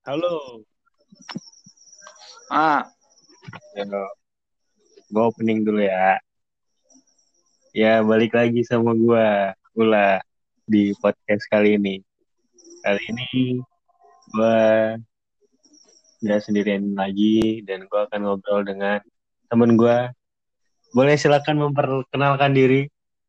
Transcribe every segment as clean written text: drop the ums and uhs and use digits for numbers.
Halo, Ah, Yo, gue opening dulu ya. Ya, balik lagi sama Ula, di podcast kali ini. Kali ini gue nggak sendirian lagi, dan gue akan ngobrol dengan temen gue. Boleh silakan memperkenalkan diri?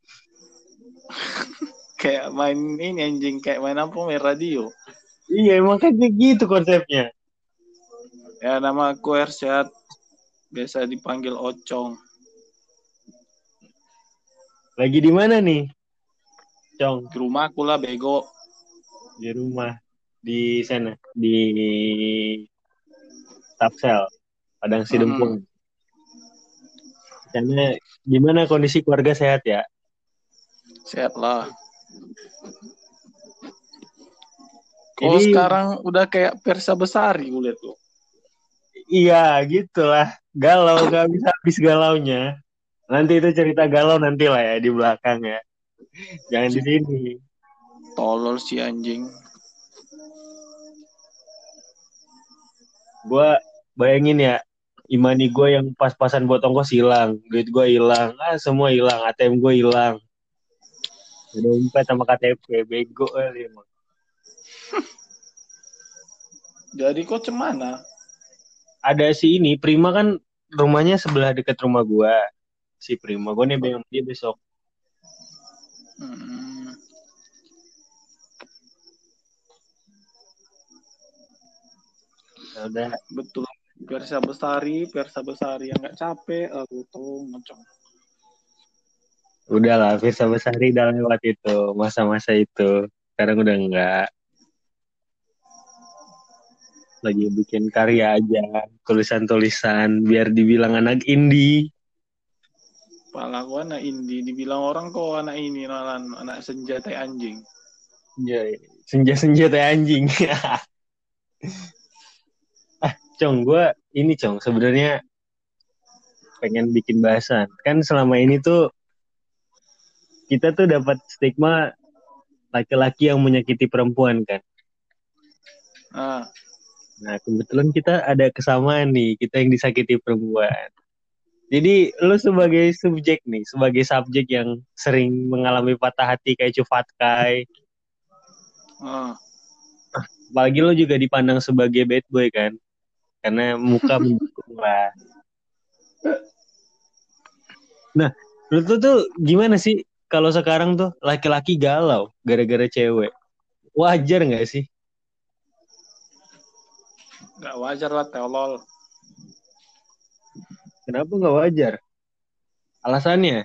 kayak main ini anjing, kayak main apa? Main radio. Iya, emang kan kayak gitu konsepnya. Ya nama aku Ersyad, biasa dipanggil Ocong. Lagi di mana nih, Cong? Di rumah aku lah bego. Di rumah, di sana, di Tapsel, Padang Mm-mm. Sidempuan. Sana gimana kondisi keluarga sehat ya? Sehat lah. Kalau Jadi sekarang udah kayak Persa Besari gue liat tuh. iya, gitulah. Galau, gak bisa habis galaunya. Nanti itu cerita galau nanti lah ya di belakang ya. Jangan di sini. Tolol si anjing. Gue bayangin ya, imani gue yang pas-pasan buat ongkos hilang, duit gue hilang, semua hilang, ATM gue hilang, dompet sama KTP, bego kali emang. Jadi kok cemana? Ada si ini, Prima kan rumahnya sebelah dekat rumah gue. Si Prima, gue nebeng sama dia besok. Hmm, Ya udah, betul. Persa Besari yang nggak capek. Aku tuh ngocong. udahlah, Firsa Besari udah lewat itu, masa-masa itu. Sekarang udah enggak. Lagi bikin karya aja, tulisan-tulisan biar dibilang anak indie. Pala gua anak indie, dibilang orang kok anak ini, anak senjata anjing. Ya, senja-senja teh anjing. Cong, gue ini Cong, sebenarnya pengen bikin bahasan. Kan selama ini tuh kita tuh dapat stigma laki-laki yang menyakiti perempuan kan. Ah, Nah, kebetulan kita ada kesamaan nih, kita yang disakiti perempuan. Jadi lu sebagai subjek nih, sebagai subjek yang sering mengalami patah hati kayak Cufatkai, ah. apalagi lu juga dipandang sebagai bad boy kan, karena muka mendukung lah. Nah, menurut lu tuh gimana sih kalau sekarang tuh laki-laki galau gara-gara cewek? Wajar nggak sih? Nggak wajar lah, tolol. Kenapa nggak wajar? Alasannya?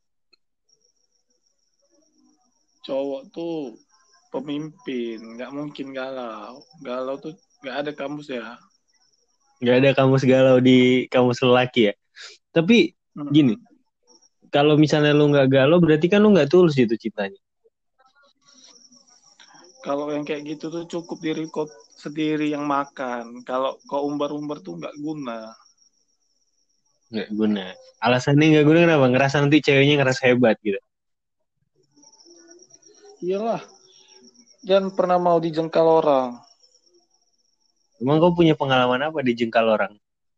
Cowok tuh pemimpin, nggak mungkin galau. Galau tuh nggak ada kamus ya. Nggak ada kamus galau di kamus lelaki ya. Tapi gini, Mm-mm. kalau misalnya lu nggak galau, berarti kan lu nggak tulus itu cintanya. Kalau yang kayak gitu tuh cukup diri kau sendiri yang makan. Kalau kau umbar-umbar tuh nggak guna. Nggak guna. Alasannya nggak guna kenapa? Ngerasa nanti ceweknya ngerasa hebat gitu. Iyalah, jangan pernah mau dijengkal orang. Emang kau punya pengalaman apa di jengkal orang?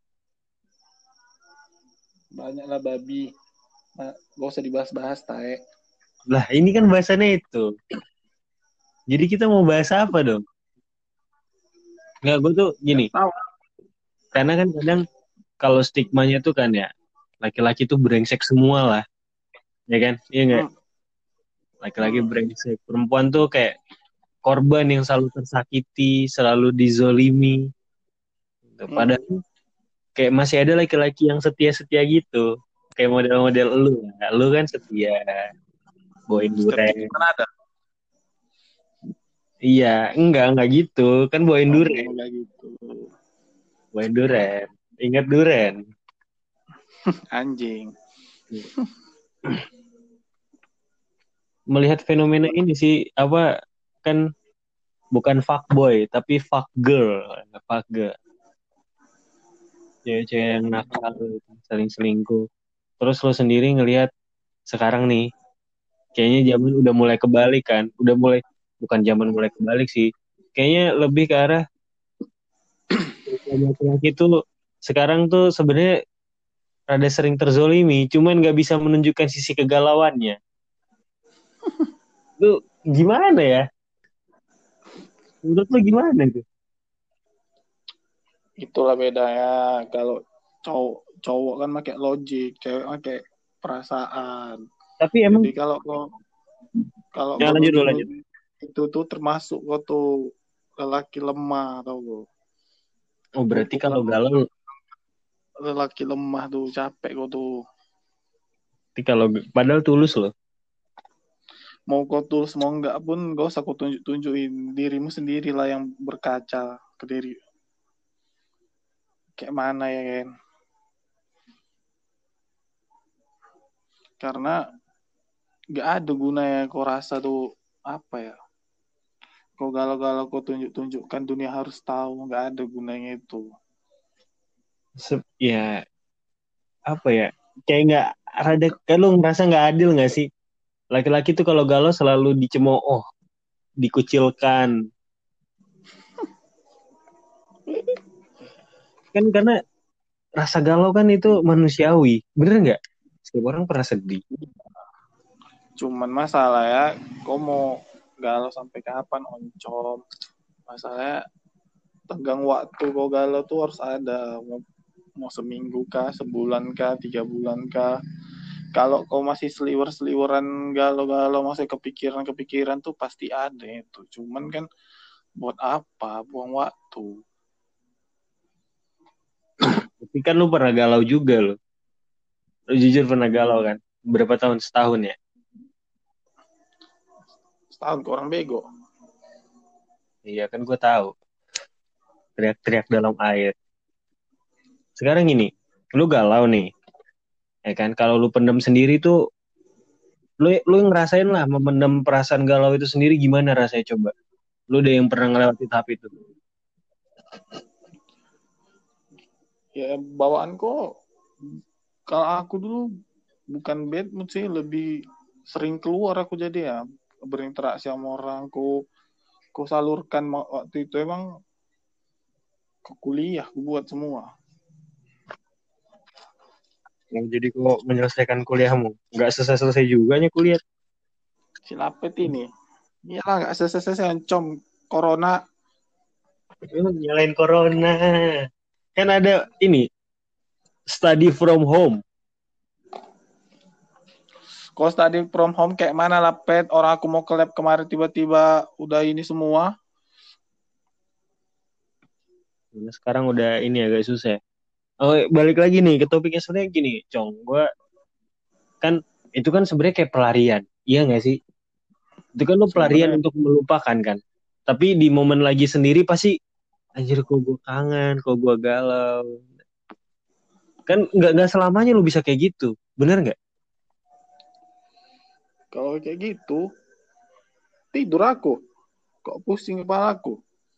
Banyaklah babi. Nah, gak usah dibahas-bahas, tae. Lah, ini kan bahasannya itu. Jadi kita mau bahas apa dong? Nggak, gue tuh gini. Nggak tahu. Karena kan kadang kalau stigmanya tuh kan ya, laki-laki tuh brengsek semua lah. Ya kan? Iya nggak? Hmm, Laki-laki hmm, brengsek. Perempuan tuh kayak korban yang selalu tersakiti, selalu dizolimi. Gitu. hmm. Padahal kayak masih ada laki-laki yang setia-setia gitu. Kayak model-model lu. Lah. Lu kan setia, bawain Setia duren. mana ada? Iya, enggak gitu. Kan bawain duren, Oh, kayak gitu. bawain duren. Ingat duren. Anjing. Melihat fenomena ini sih, apa, kan bukan fuckboy, tapi fuck girl. Fuck girl. Cewek-cewek yang nakal, saling selingkuh. Terus lo sendiri ngelihat sekarang nih, kayaknya zaman udah mulai kebalik kan. Udah mulai, bukan zaman mulai kebalik sih. Kayaknya lebih ke arah laki-laki tuh sekarang tuh sebenarnya rada sering terzolimi, cuman nggak bisa menunjukkan sisi kegalauannya. Lu gimana ya? Menurut lu gimana tuh? Itulah bedanya. Kalau cowok cowok kan pakai logik, cewek pakai perasaan. Tapi emang Jadi kalau ya kau lanjut dulu lanjut. nuduh-nuduh itu tuh termasuk kau tuh lelaki lemah, tau gak? Oh Kau berarti bukan kalau galau, lelaki lemah tuh, capek kau tuh. berarti kalau padahal tulus loh. Mau kau tulus mau enggak pun gak usah kau tunjuk-tunjukin, dirimu sendirilah yang berkaca ke diri. Kayak mana ya kan? Karena gak ada gunanya kau rasa tuh apa ya? Kau galau-galau kau tunjuk-tunjukkan dunia harus tahu, nggak ada gunanya itu. Ya apa ya? Kayak nggak rada kan lu ngerasa nggak adil nggak sih? Laki-laki tuh kalau galau selalu dicemooh, dikucilkan. Kan karena rasa galau kan itu manusiawi, bener nggak? Setiap orang pernah sedih. Cuman masalah ya, kau mau galau sampai kapan oncom? Masalahnya tenggang waktu kau galau tuh harus ada. Mau seminggu kah, sebulan kah, 3 bulan kah? Kalau kau masih seliwer-seliweran galau-galau, masih kepikiran-kepikiran tuh pasti ada itu. Cuman kan buat apa? Buang waktu. Tapi kan lu pernah galau juga lo. Lu jujur pernah galau kan? Berapa tahun? Setahun ya? Setahun ke orang bego. Iya kan gue tahu. Teriak-teriak dalam air. Sekarang gini, lu galau nih. Ya kan? Kalau lu pendem sendiri tuh, lu ngerasain lah memendam perasaan galau itu sendiri gimana rasanya coba? Lu udah yang pernah ngelewatin tahap itu. Ya bawaan kok, kalau aku dulu bukan bad mood sih, lebih sering keluar aku jadi ya, berinteraksi sama orang, ku salurkan waktu itu emang ke kuliah, ku buat semua. Yang jadi kok menyelesaikan kuliahmu? Nggak selesai-selesai juga nya kuliah. Silapet ini. Iyalah nggak selesai-selesai com corona. Lu nyalain corona. Kan ada ini, study from home. Kalau tadi from home kayak mana lah pet, orang aku mau ke lab kemarin tiba-tiba udah ini semua. Nah, sekarang udah ini agak susah. Oh, balik lagi nih ke topiknya sebenarnya gini, Cong. Gua kan itu kan sebenarnya kayak pelarian. Iya nggak sih? Itu kan lo pelarian Sebenarnya untuk melupakan kan. Tapi di momen lagi sendiri pasti anjir kok gue kangen, kok gue galau. Kan nggak selamanya lo bisa kayak gitu. Bener nggak? kalau kayak gitu tidur aku, kok pusing kepala aku.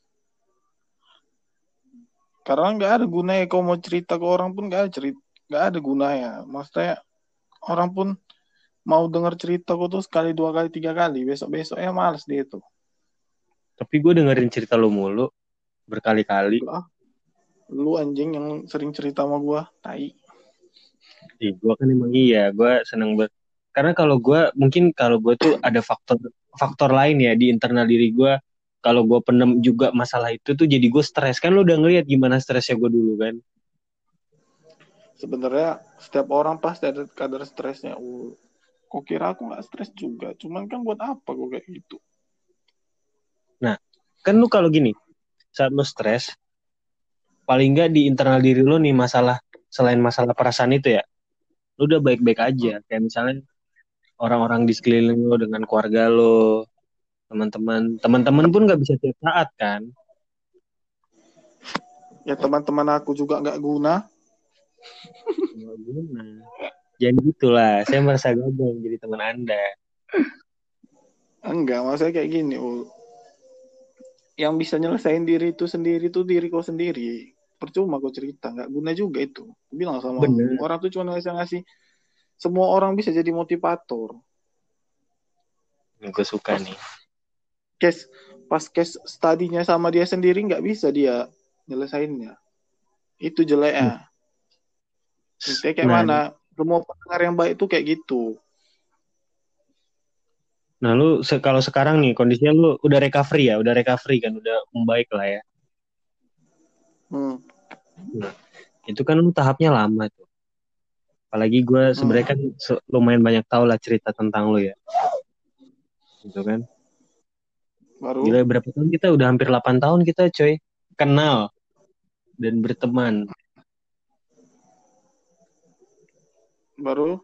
Karena nggak ada gunanya kau mau cerita ke orang pun nggak ada gunanya. Maksudnya orang pun mau dengar cerita kau tuh sekali, 2 kali, 3 kali, besok-besoknya males dia itu. Tapi gue dengerin cerita lo mulu berkali-kali. Lah, lu anjing yang sering cerita sama gua, tai. Ih, gue kan emang iya, gue seneng banget. Karena kalau gue mungkin kalau gue tuh ada faktor faktor lain ya di internal diri gue. Kalau gue pendem juga masalah itu tuh jadi gue stres kan lo udah ngeliat gimana stresnya gue dulu kan. Sebenarnya setiap orang pasti ada kadar stresnya. Kok kira aku nggak stres juga? Cuman kan buat apa kok kayak gitu? Nah, kan lu kalau gini saat lu stres paling nggak di internal diri lu nih masalah selain masalah perasaan itu ya, lu udah baik-baik aja. Kayak misalnya orang-orang di sekeliling lu dengan keluarga lu, teman-teman pun nggak bisa tiap saat kan. Ya teman-teman aku juga nggak guna. Nggak guna. Jadi gitulah, saya merasa gagal jadi teman Anda. Enggak, maksudnya kayak gini. Yang bisa nyelesain diri itu sendiri tuh diri kau sendiri. Percuma kau cerita, nggak guna juga itu. Aku bilang sama lu, Bener, orang tuh cuma bisa ngasih, semua orang bisa jadi motivator. gue suka Pas nih. case pas case studinya sama dia sendiri nggak bisa dia nyelesainnya. Itu jeleknya. Intinya kayak Nah, mana? Semua pendengar yang baik itu kayak gitu. nah lu kalau sekarang nih kondisinya lu udah recovery kan, udah membaik lah ya. Hmm. Nah, itu kan lu tahapnya lama tuh. Apalagi gue sebenarnya kan Hmm. lumayan banyak tahu lah cerita tentang lu ya, gitu kan. Gila, Baru, berapa tahun kita? Udah hampir 8 tahun kita coy. Kenal dan berteman. baru.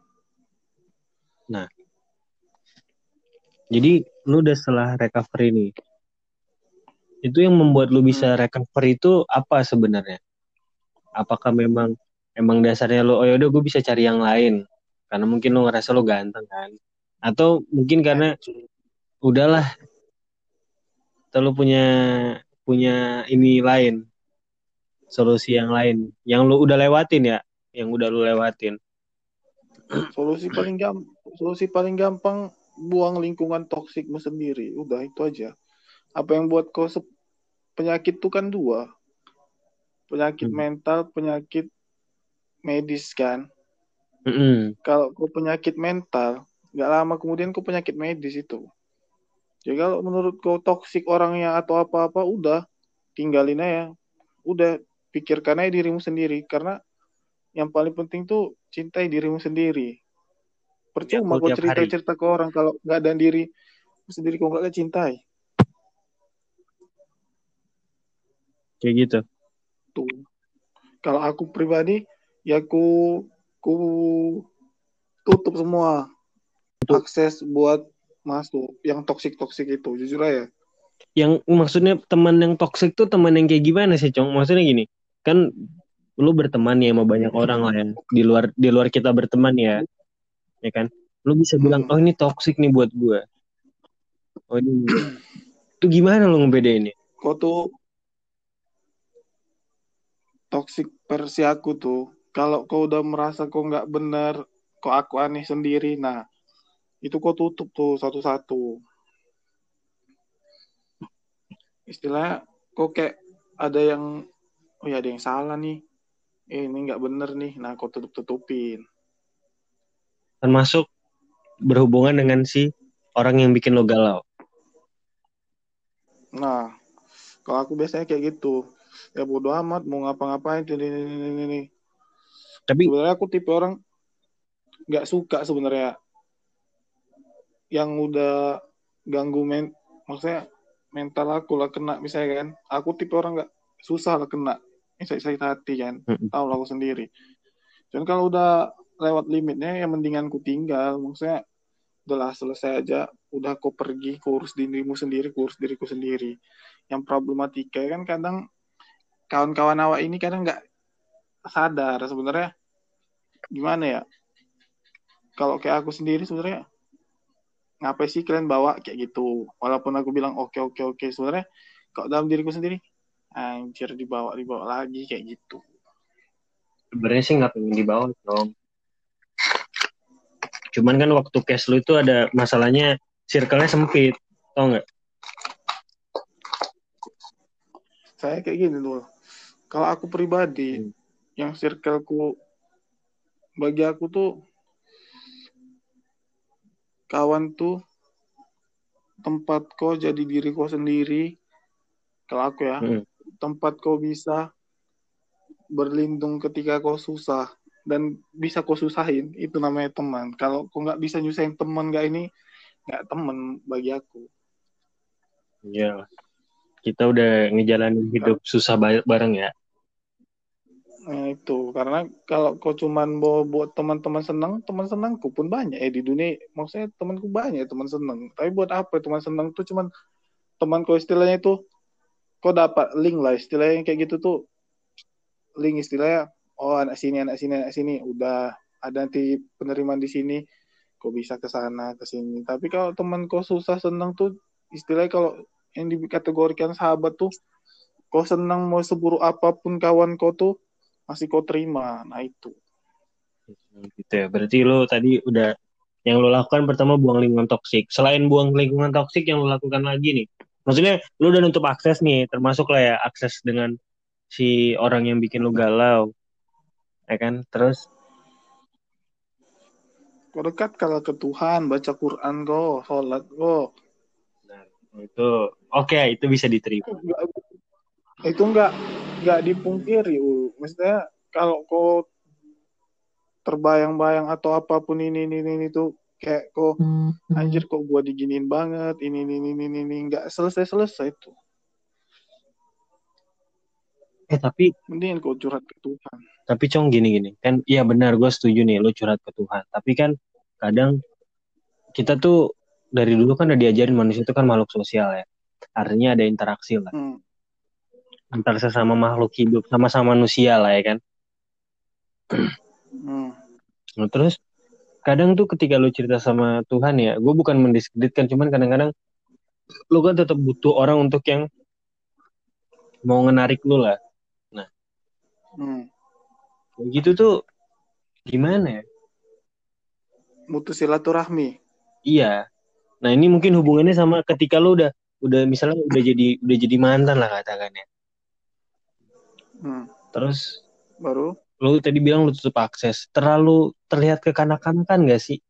Nah, jadi lu udah setelah recovery nih. Itu yang membuat lu bisa Hmm. recovery itu apa sebenarnya? Apakah emang dasarnya lu, oh yaudah gue bisa cari yang lain. Karena mungkin lu ngerasa lu ganteng kan. Atau mungkin karena Anjing. udahlah, atau lu punya punya ini lain, solusi yang lain. Yang lu udah lewatin ya. Yang udah lu lewatin. Solusi paling gampang buang lingkungan toksikmu sendiri. Udah itu aja. Apa yang buat kau penyakit tuh kan dua. Penyakit Hmm. mental, penyakit medis kan. Mm-mm. Kalau kau penyakit mental, nggak lama kemudian kau penyakit medis itu. Jadi kalau menurut kau toksik orangnya atau apa-apa, udah tinggalin aja. Udah pikirkan aja dirimu sendiri. Karena yang paling penting tuh cintai dirimu sendiri. Ya, Percuma aku kau tiap hari. cerita-cerita ke orang kalau nggak ada diri sendiri kau nggak cintai. Kayak gitu. Tuh. Kalau aku pribadi, ya aku tutup semua akses buat masuk yang toksik-toksik itu. Jujur aja. Yang maksudnya teman yang toksik tuh teman yang kayak gimana sih, Cong? Maksudnya gini, kan lu berteman ya sama banyak orang lah ya. Di luar kita berteman ya kan? Lu bisa bilang, Hmm. oh ini toksik nih buat gue. Oh ini enggak. Itu gimana lu ngebedainnya? Kau tuh toksik versi aku tuh. Kalau kau udah merasa kau nggak bener, kok aku aneh sendiri, nah itu kau tutup tuh satu-satu. Istilahnya kok kayak ada yang, oh ya ada yang salah nih, ini nggak bener nih, nah kau tutup-tutupin. Termasuk berhubungan dengan si orang yang bikin lo galau. Nah, kalau aku biasanya kayak gitu, ya bodo amat mau ngapa-ngapain, ini. Tapi Sebenarnya aku tipe orang nggak suka sebenarnya yang udah ganggu maksudnya mental aku lah kena misalnya kan, aku tipe orang nggak susah lah kena sakit hati kan, tahu lah aku sendiri. Dan kalau udah lewat limitnya ya mendingan ku tinggal, maksudnya udahlah selesai aja, udah kau pergi, kau urus dirimu sendiri, kau urus diriku sendiri. Yang problematika kan kadang kawan-kawan awak ini kadang nggak sadar sebenarnya gimana ya, kalau kayak aku sendiri sebenarnya ngapain sih kalian bawa kayak gitu, walaupun aku bilang oke oke oke, sebenarnya kalau dalam diriku sendiri anjir dibawa dibawa lagi kayak gitu. sebenarnya sih nggak pengen dibawa dong. Cuman kan waktu cash lu itu ada masalahnya, circle-nya sempit, tau nggak? Saya kayak gini loh, kalau aku pribadi Hmm. yang circleku, bagi aku tuh kawan tuh tempat kau jadi diri kau sendiri. Kalau aku ya, Hmm. tempat kau bisa berlindung ketika kau susah dan bisa kau susahin, itu namanya teman. Kalau kau nggak bisa nyusahin teman, nggak ini nggak teman bagi aku. Ya, kita udah ngejalanin hidup susah bareng ya. Nah, itu karena kalau kau cuman mau buat teman-teman senang, teman senangku pun banyak di dunia. Maksudnya temanku banyak teman senang. Tapi buat apa teman senang tuh cuman teman kau istilahnya itu, kau dapat link lah istilahnya kayak gitu tuh, link istilahnya, oh anak sini anak sini udah ada nanti penerimaan di sini, kau bisa ke sana ke sini. Tapi kalau teman kau susah senang tuh istilahnya, kalau yang dikategorikan sahabat tuh, kau senang mau seburuk apapun kawan kau tuh masih kau terima. Nah itu. Gitu ya. Berarti lo tadi udah, yang lo lakukan pertama buang lingkungan toksik. Selain buang lingkungan toksik, yang lo lakukan lagi nih. Maksudnya lo udah nutup akses nih, termasuk lah ya akses dengan si orang yang bikin lu galau, ya kan? Terus, Kau dekat kalau ke Tuhan, baca Quran kau, sholat kau. nah, itu oke, itu bisa diterima. Itu nggak dipungkiri. Maksudnya kalau kau terbayang-bayang atau apapun ini tuh kayak kok anjir kok gua diginiin banget ini nggak selesai tuh. Tapi Mending kau curhat ke Tuhan. Cong gini-gini kan, iya benar gue setuju nih lu curhat ke Tuhan. Tapi kan kadang kita tuh dari dulu kan udah diajarin manusia itu kan makhluk sosial ya. Artinya ada interaksi lah Hmm. antar sesama makhluk hidup, sama-sama manusia lah ya kan. Hmm. Nah, terus kadang tuh ketika lu cerita sama Tuhan ya, gue bukan mendiskreditkan, cuman kadang-kadang lu kan tetap butuh orang untuk yang mau ngenarik lu lah. Nah, Hmm. kayak gitu tuh gimana ya? Mutus silaturahmi. Iya. Nah, ini mungkin hubungannya sama ketika lu udah misalnya udah jadi mantan lah katakan ya. Hmm. Terus Baru lu tadi bilang lu tutup akses. Terlalu terlihat kekanak-kanakan gak sih?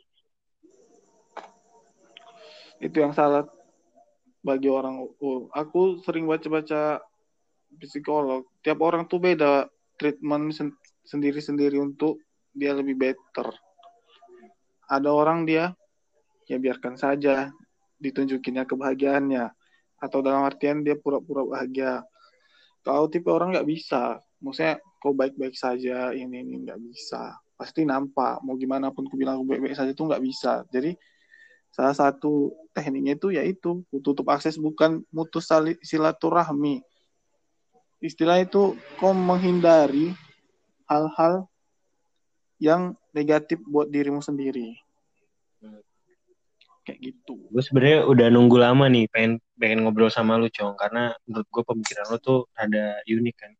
itu yang salah bagi orang. Aku sering baca-baca psikolog. Tiap orang tuh beda treatment sendiri-sendiri untuk dia lebih better. Ada orang dia ya biarkan saja ditunjukinnya kebahagiaannya atau dalam artian dia pura-pura bahagia. Kalau tipe orang nggak bisa, maksudnya kau baik-baik saja ini nggak bisa, pasti nampak mau gimana pun aku bilang aku baik-baik saja itu nggak bisa. Jadi salah satu tekniknya itu yaitu tutup akses, bukan mutus silaturahmi. Istilah itu kau menghindari hal-hal yang negatif buat dirimu sendiri, kayak gitu. Gue sebenarnya udah nunggu lama nih pengen pengen ngobrol sama lu, Cong, karena menurut gue pemikiran lu tuh ada unik kan.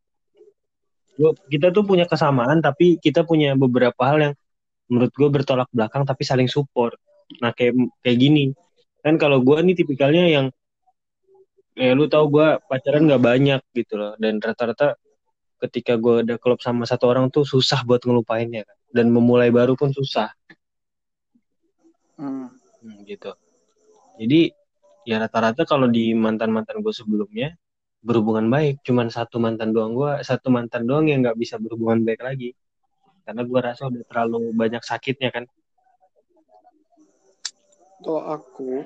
Kita tuh punya kesamaan tapi kita punya beberapa hal yang menurut gue bertolak belakang tapi saling support. Nah, kayak kayak gini. Kan kalau gue nih tipikalnya yang lu tahu gue pacaran Hmm. nggak banyak gitu loh, dan rata-rata ketika gue udah klop sama satu orang tuh susah buat ngelupainnya kan. Dan memulai baru pun susah. Hmm. Gitu. Jadi ya rata-rata kalau di mantan-mantan gue sebelumnya berhubungan baik, cuman satu mantan doang yang nggak bisa berhubungan baik lagi karena gue rasa udah terlalu banyak sakitnya kan. Kalau aku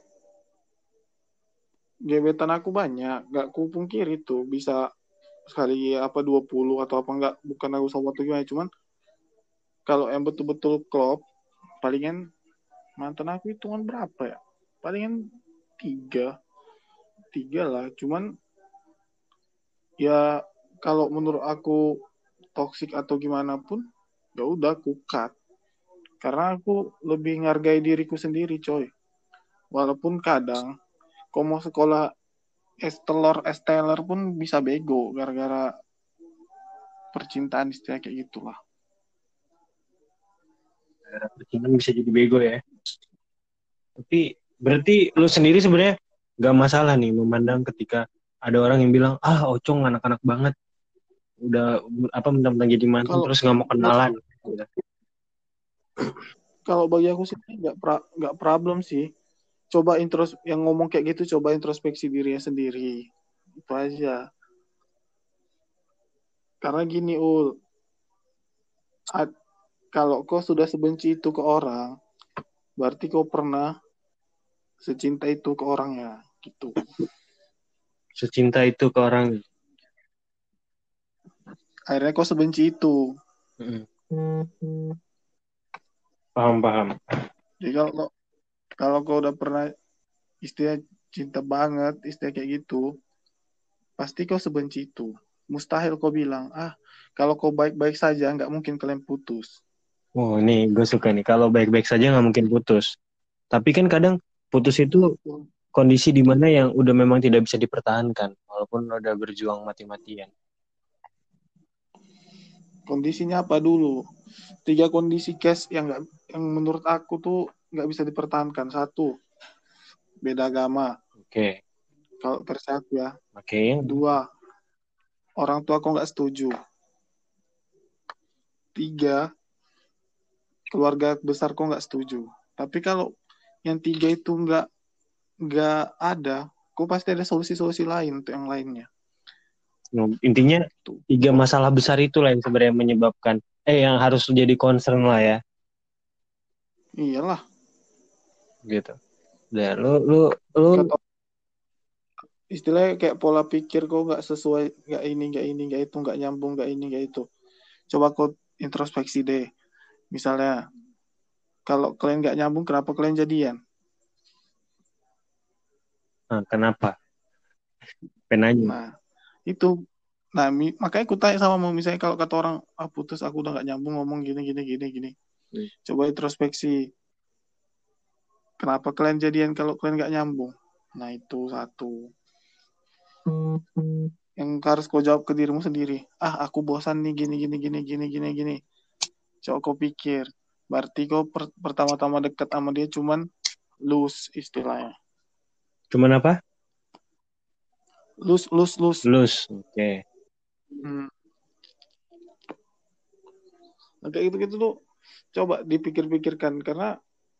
gebetan aku banyak, gak kupungkiri tuh bisa sekali apa 20 atau apa enggak, bukan aku sombong atau gimana, cuman kalau yang betul-betul klop palingan mantan aku hitungan berapa ya, palingan tiga tiga lah, cuman ya kalau menurut aku toksik atau gimana pun ya udah aku cut, karena aku lebih menghargai diriku sendiri coy. Walaupun kadang kau mau sekolah es telur pun bisa bego gara-gara percintaan, istilah kayak gitulah. Percintaan bisa jadi bego ya. Tapi berarti lu sendiri sebenarnya nggak masalah nih memandang ketika ada orang yang bilang ah Ocong anak-anak banget, udah apa mentang-mentang jadi mantan Kalau terus nggak mau kenalan gitu. kalau bagi aku sih nggak problem sih. Coba yang ngomong kayak gitu coba introspeksi dirinya sendiri. Itu aja. Karena gini kalau kau sudah sebenci itu ke orang, berarti kau pernah secinta itu ke orangnya, gitu. Secinta itu ke orang. Akhirnya kau sebenci itu. Mm. Paham paham. Jadi kalau kau udah pernah istilah cinta banget, istilah kayak gitu, pasti kau sebenci itu. Mustahil kau bilang, kalau kau baik-baik saja, nggak mungkin kalian putus. Oh, ini gue suka nih. Kalau baik-baik saja nggak mungkin putus. Tapi kan kadang putus itu Betul. kondisi di mana yang udah memang tidak bisa dipertahankan, walaupun udah berjuang mati-matian. Kondisinya apa dulu? 3 kondisi case yang menurut aku tuh nggak bisa dipertahankan. Satu, beda agama. Oke, Kalau versi aku ya. oke. Dua, orang tua kau nggak setuju. 3, keluarga besar kau nggak setuju. Tapi kalau yang 3 itu nggak ada, kau pasti ada solusi-solusi lain untuk yang lainnya. Intinya Tuh. 3 masalah besar itulah yang sebenarnya menyebabkan yang harus jadi concern lah ya Iyalah. gitu. Dan lu Kata istilahnya kayak pola pikir kau nggak sesuai, nggak itu, nggak nyambung, nggak ini, nggak itu. Coba kau introspeksi deh. Misalnya, kalau kalian nggak nyambung, kenapa kalian jadian? kenapa? Penanya. Nah, itu. Nah, makanya aku tanya sama mau, misalnya kalau kata orang, putus, aku udah nggak nyambung ngomong gini, gini, gini, gini. Coba introspeksi. Kenapa kalian jadian kalau kalian nggak nyambung? Nah, itu satu. Yang harus kau jawab ke dirimu sendiri. Aku bosan nih, gini, gini, gini, gini, gini, gini. Coba kau pikir. Berarti kau pertama-tama dekat sama dia cuman lose istilahnya. Cuman apa? Lose. Lulus. Oke. Hmm. Nah, kayak gitu-gitu tuh coba dipikir-pikirkan, karena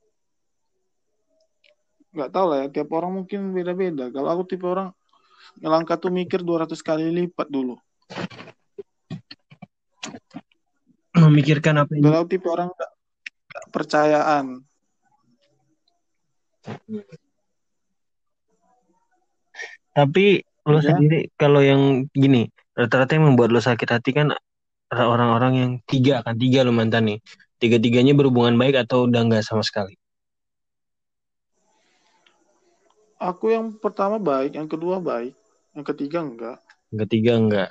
nggak tahu lah ya, tiap orang mungkin beda-beda. Kalau aku tipe orang ngelangkah tuh mikir 200 kali lipat dulu. Memikirkan apa Dan ini? aku tipe orang gak percayaan. Tapi lo Ya, sendiri kalau yang gini, rata-rata yang membuat lo sakit hati kan orang-orang yang tiga lo mantan nih. Tiga-tiganya berhubungan baik atau udah nggak sama sekali? aku yang pertama baik, yang kedua baik, yang ketiga enggak. Yang ketiga enggak.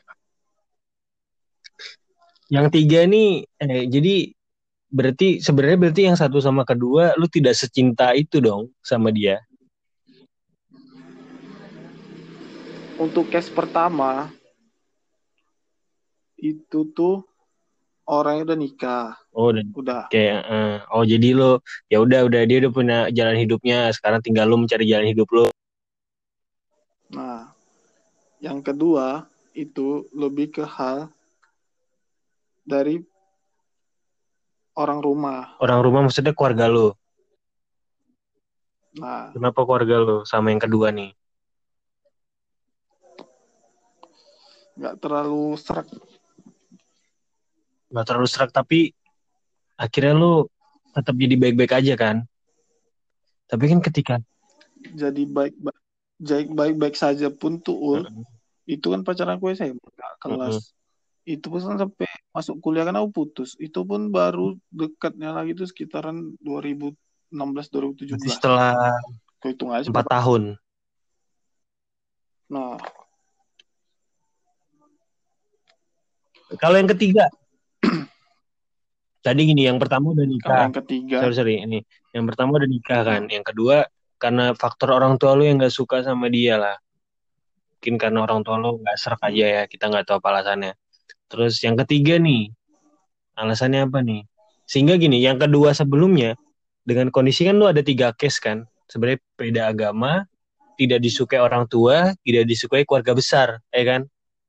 Yang tiga nih, jadi berarti yang satu sama kedua lu tidak secinta itu dong sama dia. Untuk case pertama itu tuh orangnya udah nikah, Oh, dan udah. kayak jadi lo ya udah dia udah punya jalan hidupnya, sekarang tinggal lu mencari jalan hidup lo. Nah, yang kedua itu lebih ke hal dari orang rumah. Orang rumah maksudnya keluarga lo. Nah, Kenapa keluarga lo sama yang kedua nih? nggak terlalu serak. Gak terlalu serak tapi akhirnya lu tetap jadi baik-baik aja kan. Tapi kan ketika Jadi baik-baik saja pun tuh Heeh, itu kan pacaran gue SMA heeh. kelas. Itu pun sampai masuk kuliah kan aku putus. Itu pun baru dekatnya lagi tuh sekitaran 2016 Berarti 2017. setelah Kau hitung aja 4 tahun. Nah, Kalau yang ketiga, tadi gini, yang pertama udah kalau nikah. yang ketiga, Sorry, ini. Yang pertama udah nikah kan. mm-mm. Yang kedua, karena faktor orang tua lu yang gak suka sama dia lah. Mungkin karena orang tua lu gak serak aja ya. Kita gak tahu apa alasannya. Terus yang ketiga nih, alasannya apa nih? Sehingga gini, yang kedua sebelumnya, dengan kondisi kan lu ada 3 case kan. Sebenarnya beda agama, tidak disukai orang tua, tidak disukai keluarga besar, ya kan?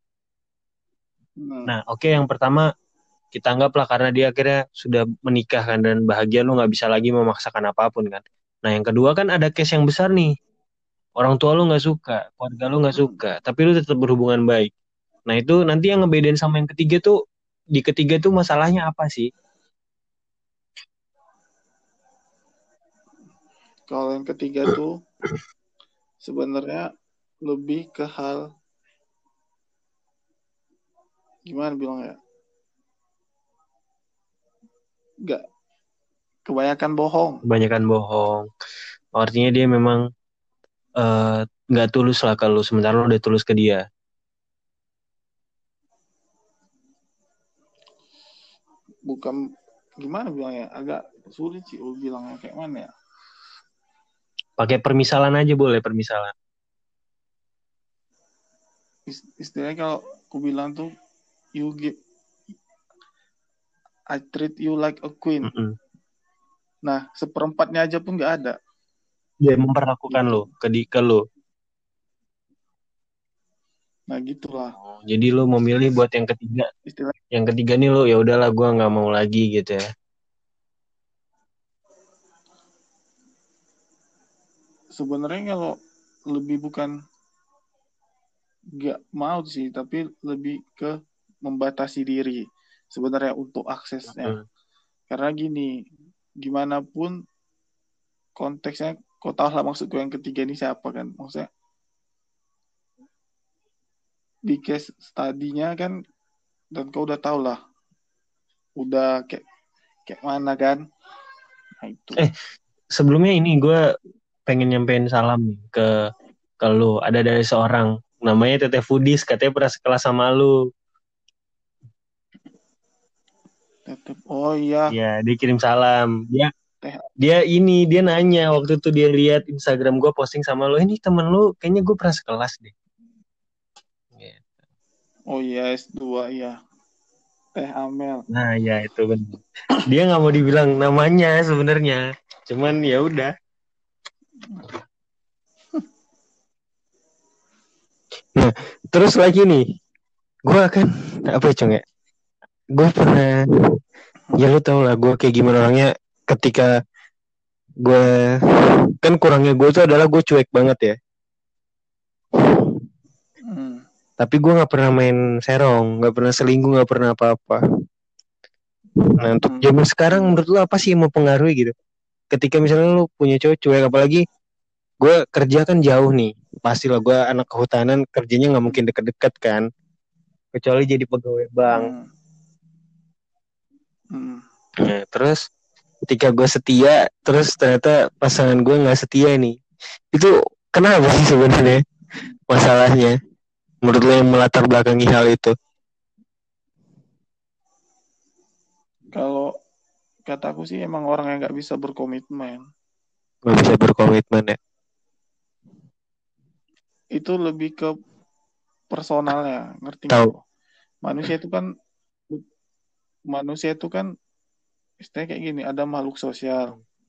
Hmm. Nah, oke, yang pertama kita anggaplah karena dia akhirnya sudah menikah kan dan bahagia, lu nggak bisa lagi memaksakan apapun kan. Nah, yang kedua kan ada case yang besar nih, orang tua lu nggak suka, keluarga lu nggak suka, tapi lu tetap berhubungan baik. Nah, itu nanti yang ngebedain sama yang ketiga tuh, di ketiga tuh masalahnya apa sih? Kalau yang ketiga tuh sebenarnya lebih ke hal gimana bilang ya? Gak kebanyakan bohong. Kebanyakan bohong. Artinya dia memang eh, nggak tulus lah kalau sementara lu udah tulus ke dia. Bukan gimana bilangnya? Agak sulit sih bilangnya kayak mana ya? Pakai permisalan aja boleh, permisalan. Istilahnya kalau aku bilang tuh you give I treat you like a queen. Mm-mm. Nah, seperempatnya aja pun nggak ada Dia memperlakukan lo gitu. ke lo. Nah gitulah Jadi lu memilih buat yang ketiga. istilah. Yang ketiga nih lu ya udahlah gua nggak mau lagi gitu ya. Sebenarnya kalau lebih bukan nggak mau sih, tapi lebih ke membatasi diri sebenarnya untuk aksesnya. Hmm. Karena gini, gimana pun konteksnya, kau tahu lah maksudku yang ketiga ini siapa kan? Maksudnya di case study-nya kan, dan kau udah tahu lah, udah kayak kayak mana kan? Nah itu. Eh, sebelumnya ini gue pengen nyampein salam nih ke lu. Ada dari seorang namanya Teteh Fudis, katanya pernah sekelas sama lu. Tetep. Oh iya, Ya, dia kirim salam. Dia teh. dia ini dia nanya waktu itu dia lihat Instagram gue posting sama lu, ini temen lu kayaknya gue pernah sekelas deh. Ya. Oh iya, S2 ya. Teh Amel. Nah, ya itu benar. Dia nggak mau dibilang namanya sebenarnya. Cuman ya udah. Nah, terus lagi nih, gue kan apa ya, Cong ya? Gue pernah, ya lu tau lah gue kayak gimana orangnya ketika gue, kan kurangnya gue tuh adalah gue cuek banget ya. Hmm. Tapi gue nggak pernah main serong, nggak pernah selingkuh, nggak pernah apa-apa. Nah, untuk Hmm. zaman sekarang menurut lu apa sih yang mempengaruhi gitu? Ketika misalnya lu punya cowok cuek, apalagi gue kerja kan jauh nih, pastilah gue anak kehutanan, kerjanya nggak mungkin deket-deket kan, kecuali jadi pegawai bank. Hmm. Hmm. Nah, terus ketika gue setia, terus ternyata pasangan gue nggak setia nih, itu kenapa sih sebenarnya masalahnya? Menurut lo yang melatar belakangi hal itu? Kalau kataku sih emang orang yang nggak bisa berkomitmen. Nggak bisa berkomitmen ya? Itu lebih ke personalnya, ngerti nggak Tahu? kok? Manusia itu kan manusia itu kan istilahnya kayak gini, ada makhluk sosial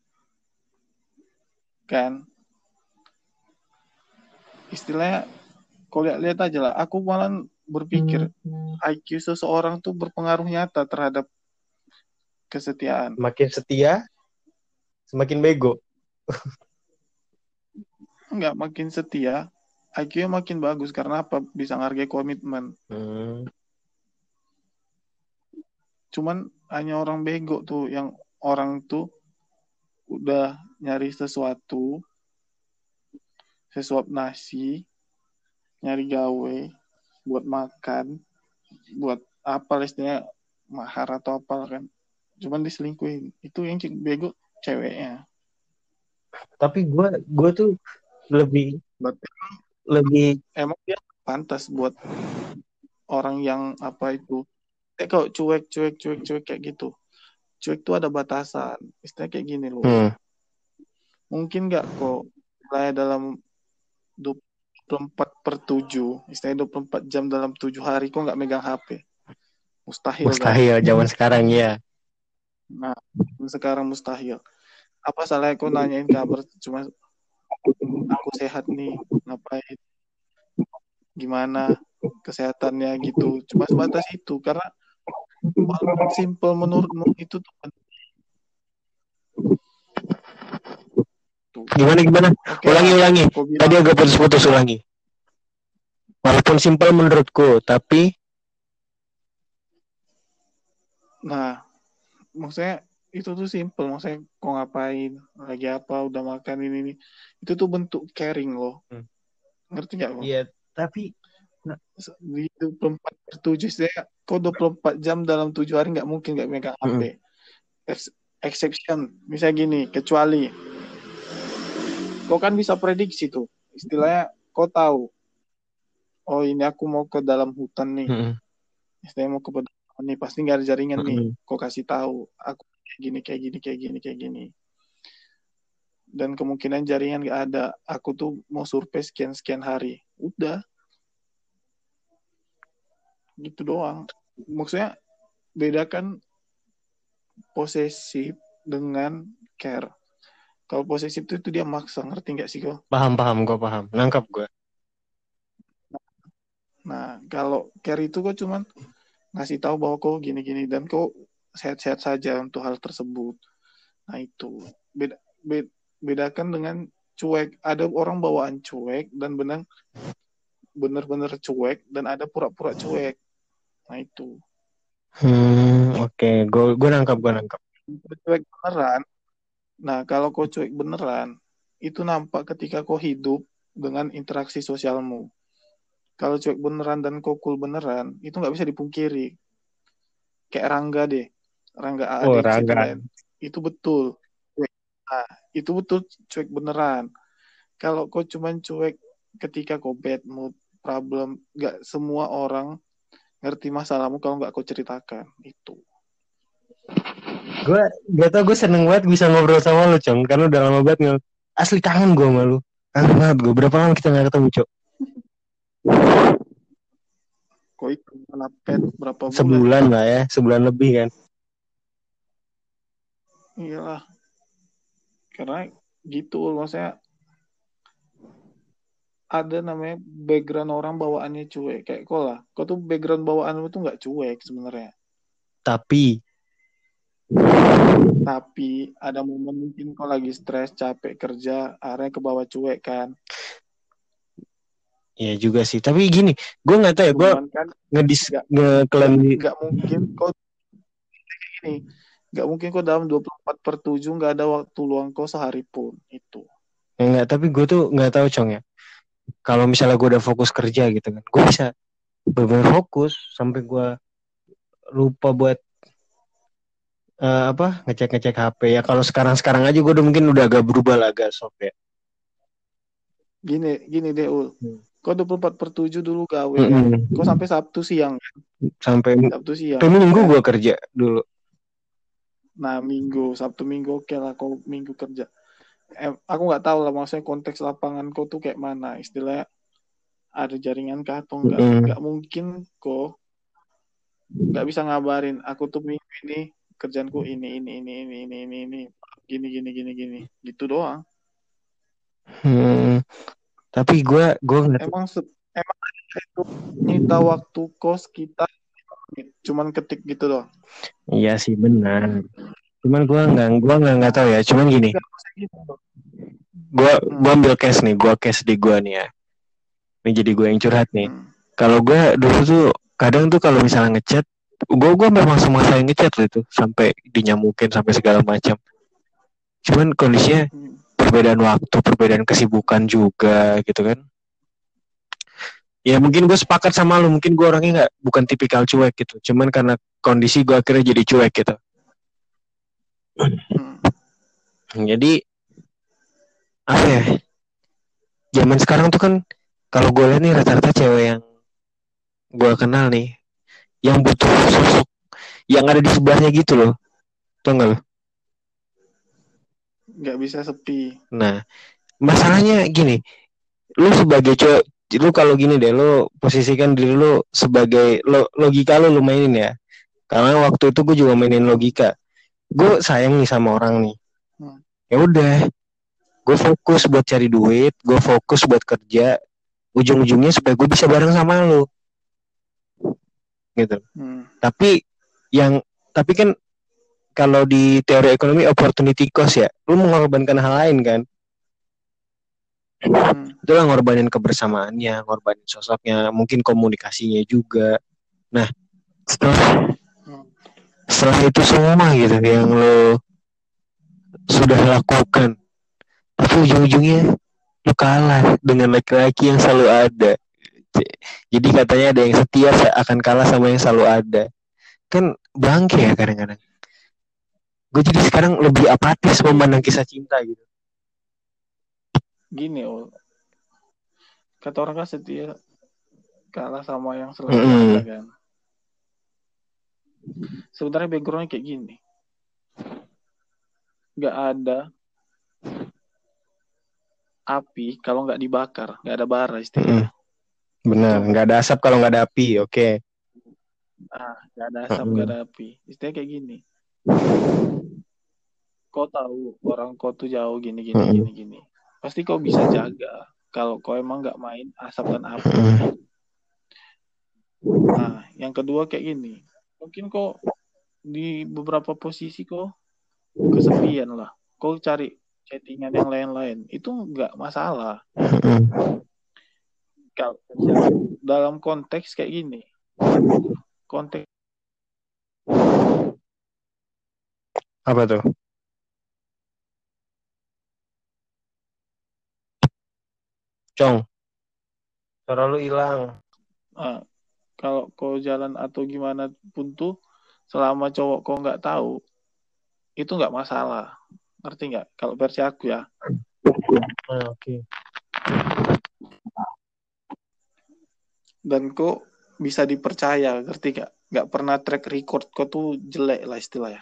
kan. Istilahnya kau lihat aja lah. Aku malah berpikir IQ seseorang tuh berpengaruh nyata terhadap kesetiaan. Semakin setia, semakin bego. Enggak, makin setia, IQ-nya makin bagus karena apa? Bisa ngargai komitmen. Hmm. Cuman hanya orang bego tuh yang orang tuh udah nyari sesuatu, sesuap nasi, nyari gawe, buat makan, buat apa istilahnya mahar atau apa kan. Cuman diselingkuhin. Itu yang bego ceweknya. Tapi gue tuh lebih Berarti lebih emang dia pantas buat orang yang apa itu. Kok cuek, cuek, cuek, cuek kayak gitu. Cuek itu ada batasan. Istilahnya kayak gini loh. hmm, Mungkin nggak kok wilayah dalam 24/7, istilahnya 24 jam dalam 7 hari kok nggak megang HP. Mustahil kan? mustahil zaman sekarang ya. Nah, sekarang mustahil. Apa salahnya kok nanyain kabar cuma aku sehat nih, ngapain, gimana kesehatannya gitu. Cuma sebatas itu karena walaupun simple menurutmu itu tuh tuh. Gimana gimana? Oke Ulangi lah, ulangi. kau Tadi bilang. agak putus-putus, ulangi. Walaupun simpel menurutku, tapi Nah, maksudnya itu tuh simple. Maksudnya kau ngapain, lagi apa, udah makan ini. Itu tuh bentuk caring loh. hmm, Ngerti gak lo? iya, tapi nah, Di 24/7 saya kok 24 jam dalam 7 hari nggak mungkin nggak megang HP. hmm, Exception, misalnya gini, kecuali kau kan bisa prediksi tuh. Istilahnya kau tahu, oh ini aku mau ke dalam hutan nih. hmm, Istilahnya mau ke pedalaman nih, pasti nggak ada jaringan nih. hmm. Kau kasih tahu, aku kayak gini, kayak gini, kayak gini, kayak gini. Dan kemungkinan jaringan nggak ada. Aku tuh mau survei sekian-sekian hari. Udah, gitu doang. Maksudnya bedakan posesif dengan care. Kalau posesif itu dia maksa, ngerti nggak sih kau? Paham paham gue paham, nangkap gue. Nah Kalau care itu kok cuman ngasih tahu bahwa kau gini-gini dan kau sehat-sehat saja untuk hal tersebut. Nah itu bedakan dengan cuek. Ada orang bawaan cuek dan benar-benar cuek dan ada pura-pura cuek. Nah itu. Oke. Gue nangkap. Cuek beneran. Nah kalau kau cuek beneran, itu nampak ketika kau hidup dengan interaksi sosialmu. Kalau cuek beneran dan kau cool beneran, itu nggak bisa dipungkiri. Kayak Rangga deh, Rangga Oh, AADC itu Rangga. lain. Itu betul. Nah, itu betul cuek beneran. Kalau kau cuman cuek ketika kau bad mood, problem, nggak semua orang ngerti masalahmu kalau nggak kau ceritakan. Itu. Gue gak tau, gue seneng banget bisa ngobrol sama lu, Cong. Karena udah lama banget asli kangen gue sama lu. Kangen banget gue. Berapa lama kita gak ketemu, Cok? Kau itu kena pet berapa bulan? Sebulan lah ya. Sebulan lebih kan. Iyalah. Karena gitu maksudnya ada namanya background orang bawaannya cuek kayak kau lah. Kau tuh background bawaanmu tuh nggak cuek sebenarnya. Tapi Ada momen mungkin kau lagi stres, capek kerja, akhirnya ke bawah cuek kan. ya juga sih. Tapi gini, gue gak tau ya. Gue Cuman kan ngeklaim nggak mungkin kau ini nggak mungkin kau dalam 24/7 nggak ada waktu luang kau sehari pun itu. enggak, tapi gue tuh gak tahu, Cong ya. Kalau misalnya gue udah fokus kerja gitu kan, gue bisa benar-benar fokus sampai gue lupa buat ngecek HP ya. Kalau sekarang aja gue udah mungkin udah agak berubah lah, agak soft ya. Gini deh Ul. Kau 24/7 dulu gawe kan. Kau sampai Sabtu siang kan. Sampai Minggu kan? gue kerja dulu. Nah Sabtu Minggu oke lah kau Minggu kerja. Aku nggak tahu lah maksudnya konteks lapangan kau tuh kayak mana. Istilahnya ada jaringan kah atau enggak. Nggak mungkin kok nggak bisa ngabarin aku tuh minggu ini kerjaanku ini gini gitu doang. Tapi gue emang itu nyita waktu kos kita cuman ketik gitu doang. Iya sih benar. Cuman gue nggak tahu ya. Cuman gini, gue ambil case nih, gue case di gue nih ya. Ini jadi gue yang curhat nih. Kalau gue dulu tuh kadang tuh kalau misalnya ngechat, gue memang semasa yang ngechat itu sampai dinyamukin sampai segala macam. Cuman kondisinya perbedaan waktu, perbedaan kesibukan juga gitu kan. Ya mungkin gue sepakat sama lu, mungkin gue orangnya bukan tipikal cuek gitu. Cuman karena kondisi gue akhirnya jadi cuek gitu. Jadi apa ya? Zaman sekarang tuh kan kalau gue lihat nih rata-rata cewek yang gue kenal nih yang butuh sosok yang ada di sebelahnya gitu loh. Tau gak lo? Gak bisa sepi. Nah, masalahnya gini, lu sebagai cowok, lu kalau gini deh, lu posisikan diri lu sebagai logika lu mainin ya. Karena waktu itu gue juga mainin logika. Gue sayang nih sama orang nih. Ya udah, gue fokus buat cari duit, gue fokus buat kerja. Ujung-ujungnya supaya gue bisa bareng sama lu. Gitu. Tapi kan kalau di teori ekonomi opportunity cost ya, lu mengorbankan hal lain kan. Itulah ngorbanin kebersamaannya, ngorbanin sosoknya, mungkin komunikasinya juga. Nah, setelah itu semua gitu yang lo sudah lakukan, tapi ujung-ujungnya lo kalah dengan laki-laki yang selalu ada. Jadi katanya ada yang setia akan kalah sama yang selalu ada. Kan bangke ya kadang-kadang. Gue jadi sekarang lebih apatis memandang kisah cinta gitu. Gini kata orang kan setia kalah sama yang selalu ada kan. Sebenarnya backgroundnya kayak gini. Gak ada api kalau nggak dibakar, nggak ada bara istilahnya. Benar, nggak ada asap kalau nggak ada api, oke. Nggak ada asap, nggak ada api. Istilahnya kayak gini. Kau tahu orang kau tuh jauh gini. Pasti kau bisa jaga kalau kau emang nggak main asap dan api. Nah, yang kedua kayak gini. Mungkin kok di beberapa posisi kok kesepian lah. Kok cari chattingan yang lain-lain. Itu nggak masalah. Kalau dalam konteks kayak gini. Konteks Apa tuh? Cong, suara lu hilang. kalau kau jalan atau gimana pun tuh, selama cowok kau nggak tahu, itu nggak masalah. Ngerti nggak? Kalau versi aku ya. Oke. Dan kok bisa dipercaya, ngerti nggak? Nggak pernah track record kau tuh jelek lah istilahnya.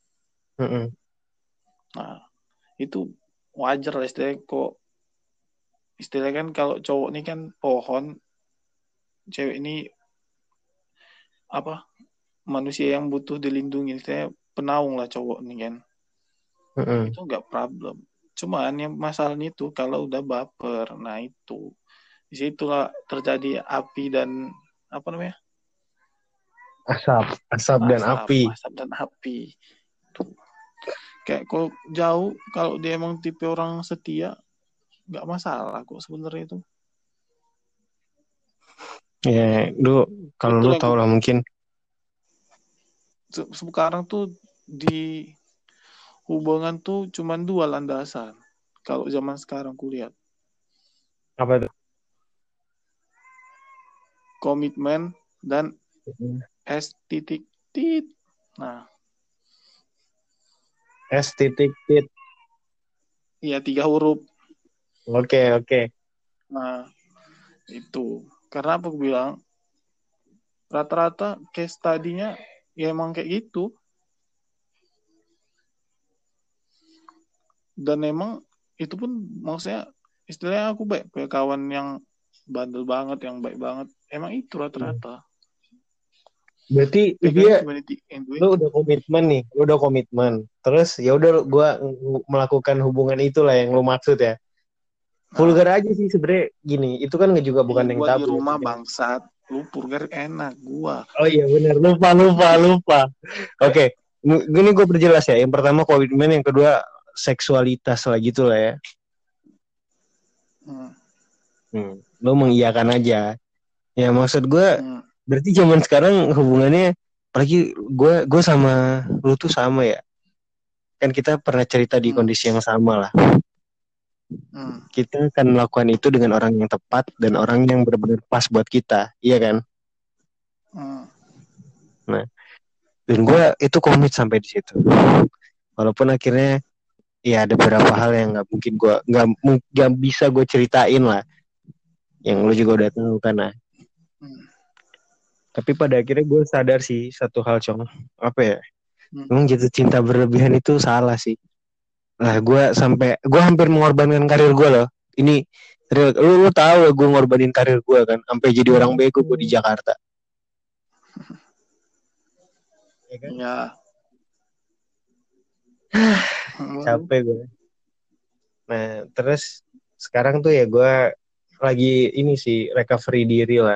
Nah, itu wajar lah istilahnya kok. Istilahnya kan kalau cowok ini kan pohon, cewek ini apa? Manusia yang butuh dilindungi. Istilahnya penaung lah cowok ini kan. Itu nggak problem. Cuman yang masalahnya itu kalau udah baper, nah itu disitulah terjadi api dan apa namanya? Asap dan api. Asap dan api. Tuh. Kayak kok jauh, kalau dia emang tipe orang setia, nggak masalah kok sebenarnya itu. Ya, kalau lu tau lah mungkin. Sekarang tuh di hubungan tuh cuma 2 landasan. Kalau zaman sekarang kulihat. Apa tuh? Komitmen dan S titik tit. Nah. S titik tit. Iya, 3 huruf. Oke. Nah, itu. Karena aku bilang, rata-rata case tadinya ya emang kayak gitu. Dan emang itu pun maksudnya istilahnya aku baik punya kawan yang bandel banget, yang baik banget. Emang itu rata-rata. Berarti dia lu udah komitmen nih, lu udah komitmen. Terus ya udah gua melakukan hubungan itulah yang lu maksud ya. Vulgar aja sih sebenarnya gini. Itu kan juga bukan yang tabu. Gua di rumah bangsat. Lu vulgar enak gua. Oh iya benar, lupa. Oke. Gini gue perjelas ya. Yang pertama komitmen, yang kedua seksualitas lah gitu lah ya. Lo mengiyakan aja. Ya maksud gue berarti zaman sekarang hubungannya, apalagi gue sama lu tuh sama ya. Kan kita pernah cerita di kondisi yang sama lah. Kita akan melakukan itu dengan orang yang tepat dan orang yang benar-benar pas buat kita, iya kan? Nah, dan gue itu komit sampai di situ. Walaupun akhirnya ya ada beberapa hal yang nggak mungkin gue nggak bisa gue ceritain lah, yang lu juga udah tahu kan lah. Tapi pada akhirnya gue sadar sih satu hal, Cong, apa ya? Emang jatuh cinta berlebihan itu salah sih. Lah gue hampir mengorbankan karir gue loh. Ini real, lu tahu gue ngorbanin karir gue kan, sampai jadi orang bego gue di Jakarta. Ya kan? Ya. Capek gue. Nah terus sekarang tuh ya gue lagi ini sih recovery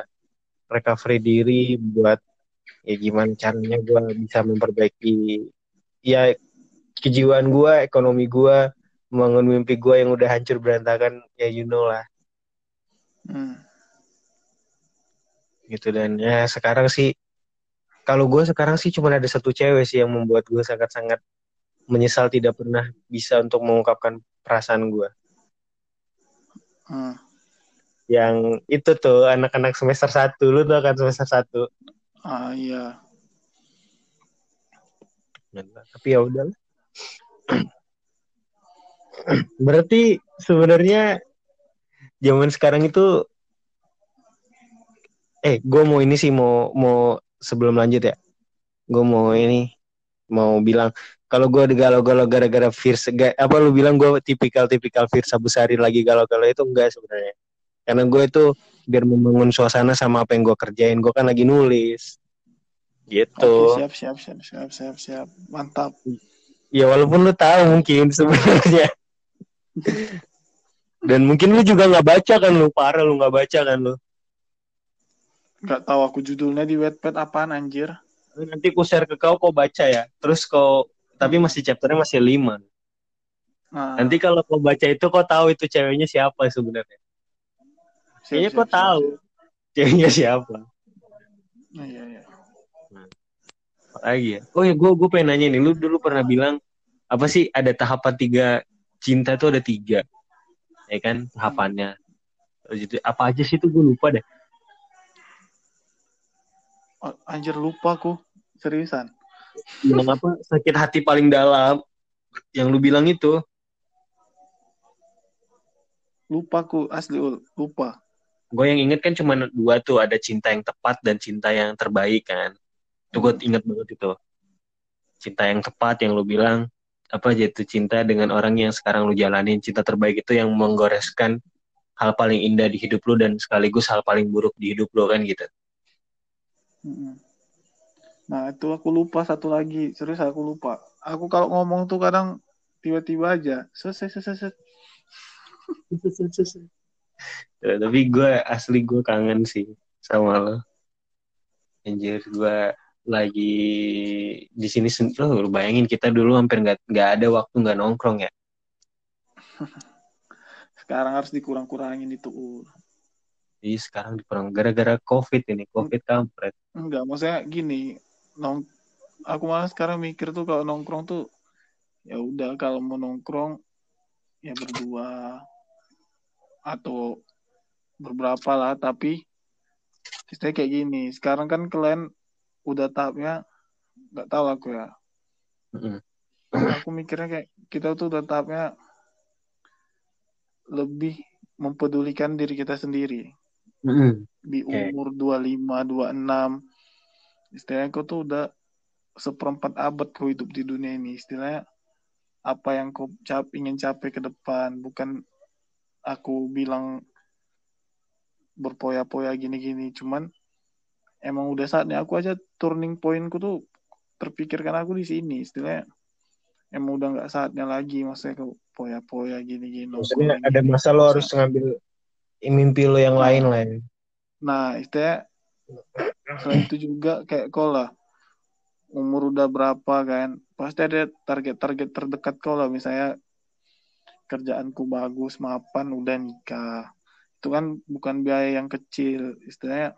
diri buat ya gimana caranya gue bisa memperbaiki ya kejiwaan gue, ekonomi gue, membangun mimpi gue yang udah hancur berantakan, ya you know lah. Gitu. Dan ya sekarang sih, kalau gue sekarang sih cuma ada satu cewek sih yang membuat gue sangat-sangat menyesal tidak pernah bisa untuk mengungkapkan perasaan gue. Yang itu tuh anak-anak semester 1, lu tau kan semester 1. Iya. Tapi ya udahlah. Berarti sebenarnya zaman sekarang itu gue mau ini sih, mau sebelum lanjut ya, gue mau bilang kalau gue galau-galau gara-gara Firsa, apa lu bilang gue tipikal Firsa Besari lagi galau-galau, itu enggak sebenarnya. Karena gue itu biar membangun suasana sama apa yang gue kerjain, gue kan lagi nulis gitu. Oke, siap, mantap. Ya walaupun lu tahu mungkin sebenarnya. Dan mungkin lu juga nggak baca kan, lu parah lu nggak baca kan lu. Nggak tahu aku judulnya di Wattpad apaan anjir. Nanti ku share ke kau baca ya. Terus tapi Hmm. masih chapternya masih 5. Nanti Nah, kalau kau baca itu kau tahu itu ceweknya siapa sebenarnya. siap Kayaknya kau siap siap tahu siap. ceweknya siapa. Iya iya. Nah, apa lagi ya? Oh ya, gue pengen nanya nih. Lu dulu pernah bilang apa sih ada tahapan 3 cinta itu ada 3, ya kan Hmm. tahapannya. Terus itu apa aja sih itu gue lupa deh. Oh, anjir lupa aku. Seriusan. Yang apa sakit hati paling dalam yang lu bilang itu. Lupa aku asli lupa. Gue yang inget kan cuma 2 tuh, ada cinta yang tepat dan cinta yang terbaik kan. Itu gue Hmm. inget banget itu. Cinta yang tepat yang lu bilang apa jatuh cinta dengan orang yang sekarang lu jalanin. Cinta terbaik itu yang menggoreskan hal paling indah di hidup lu dan sekaligus hal paling buruk di hidup lu kan gitu. Hmm. Nah itu aku lupa satu lagi. Serius aku lupa. Aku kalau ngomong tuh kadang tiba-tiba aja. Selesai selesai. Selesai. Ya, tapi gue asli gue kangen sih sama lo. Anjir gue lagi di sini lu bayangin kita dulu hampir nggak ada waktu nggak nongkrong ya. Sekarang harus dikurang-kurangin itu. Jadi sekarang dikurang gara-gara COVID ini, COVID kampret. Enggak, maksudnya gini. Nong aku malah sekarang mikir tuh kalau nongkrong tuh ya udah kalau mau nongkrong ya berdua atau berberapa lah, tapi istilahnya kayak gini. Sekarang kan kalian udah tahapnya nggak tahu aku ya. Mm-mm. Aku mikirnya kayak kita tuh udah tahapnya lebih mempedulikan diri kita sendiri. Mm-mm. Di Kayak umur 25, 26, istilahnya aku tuh udah seperempat abad kau hidup di dunia ini. Istilahnya apa yang kau ingin capai ke depan, bukan aku bilang berpoya-poya gini-gini, cuman emang udah saatnya aku aja turning pointku tuh terpikirkan aku di sini. Istilahnya emang udah nggak saatnya lagi, maksudnya ke poya-poya gini-gini maksudnya nongkrong ada gini. masa lo harus Maksudnya, ngambil mimpi lo yang lain nah, lah ya. istilahnya selain itu juga kayak kau lah, umur udah berapa kan, pasti ada target-target terdekat kau lah, misalnya kerjaanku bagus, mapan, udah nikah. Itu kan bukan biaya yang kecil, istilahnya